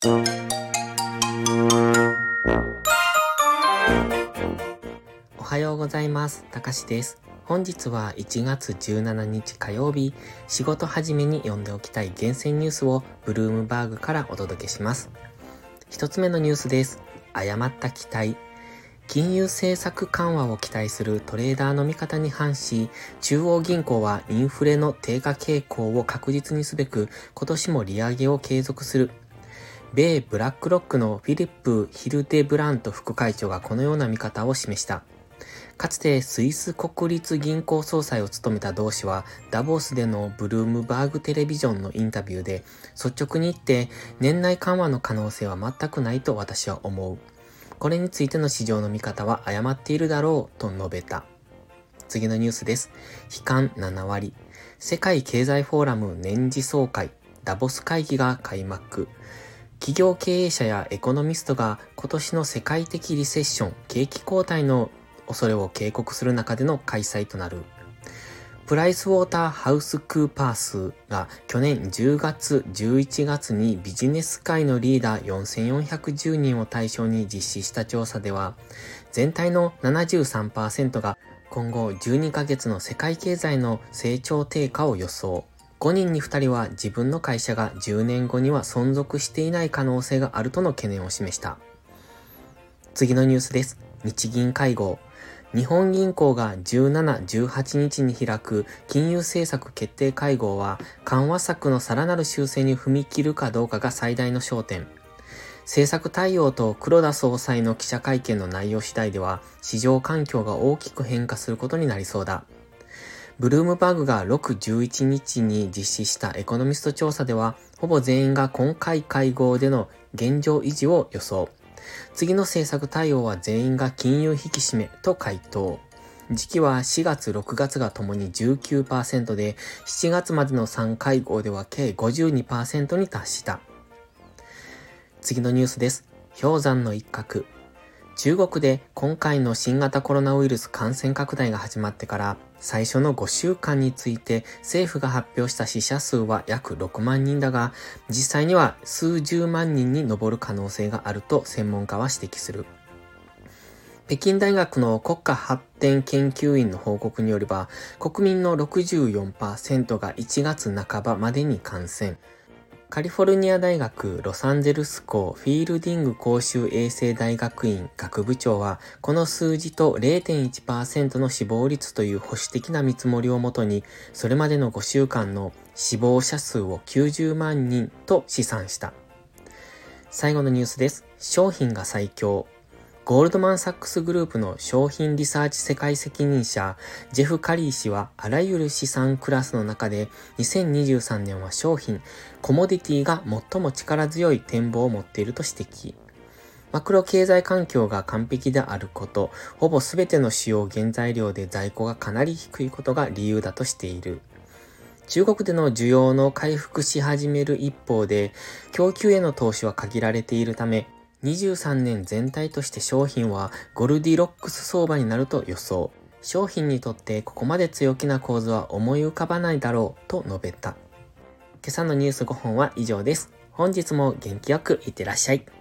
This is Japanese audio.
おはようございます。たかしです。本日は1月17日火曜日、仕事始めに読んでおきたい厳選ニュースをブルームバーグからお届けします。一つ目のニュースです。誤った期待。金融政策緩和を期待するトレーダーの見方に反し、中央銀行はインフレの低下傾向を確実にすべく、今年も利上げを継続する。米ブラックロックのフィリップ・ヒルデブラント副会長がこのような見方を示した。かつてスイス国立銀行総裁を務めた同氏は、ダボスでのブルームバーグテレビジョンのインタビューで、率直に言って年内緩和の可能性は全くないと私は思う。これについての市場の見方は誤っているだろうと述べた。次のニュースです。悲観7割。世界経済フォーラム年次総会、ダボス会議が開幕。企業経営者やエコノミストが今年の世界的リセッション、景気後退の恐れを警告する中での開催となる。プライスウォーターハウスクーパースが去年10月、11月にビジネス界のリーダー4410人を対象に実施した調査では、全体の 73% が今後12ヶ月の世界経済の成長低下を予想。5人に2人は自分の会社が10年後には存続していない可能性があるとの懸念を示した。次のニュースです。日銀会合。日本銀行が17、18日に開く金融政策決定会合は緩和策のさらなる修正に踏み切るかどうかが最大の焦点。政策対応と黒田総裁の記者会見の内容次第では市場環境が大きく変化することになりそうだ。ブルームバーグが6、11日に実施したエコノミスト調査ではほぼ全員が今回会合での現状維持を予想。次の政策対応は全員が金融引き締めと回答。時期は4月、6月がともに 19% で、7月までの3会合では計 52% に達した。次のニュースです。氷山の一角。中国で今回の新型コロナウイルス感染拡大が始まってから最初の5週間について政府が発表した死者数は約6万人だが、実際には数十万人に上る可能性があると専門家は指摘する。北京大学の国家発展研究院の報告によれば、国民の 64% が1月半ばまでに感染。カリフォルニア大学ロサンゼルス校フィールディング公衆衛生大学院学部長は、この数字と 0.1% の死亡率という保守的な見積もりをもとに、それまでの5週間の死亡者数を90万人と試算した。最後のニュースです。商品が最強。ゴールドマンサックスグループの商品リサーチ世界責任者ジェフ・カリー氏は、あらゆる資産クラスの中で2023年は商品、コモディティが最も力強い展望を持っていると指摘。マクロ経済環境が完璧であること、ほぼすべての主要原材料で在庫がかなり低いことが理由だとしている。中国での需要の回復し始める一方で、供給への投資は限られているため、23年全体として商品はゴルディロックス相場になると予想。商品にとってここまで強気な構図は思い浮かばないだろうと述べた。今朝のニュース5本は以上です。本日も元気よくいってらっしゃい。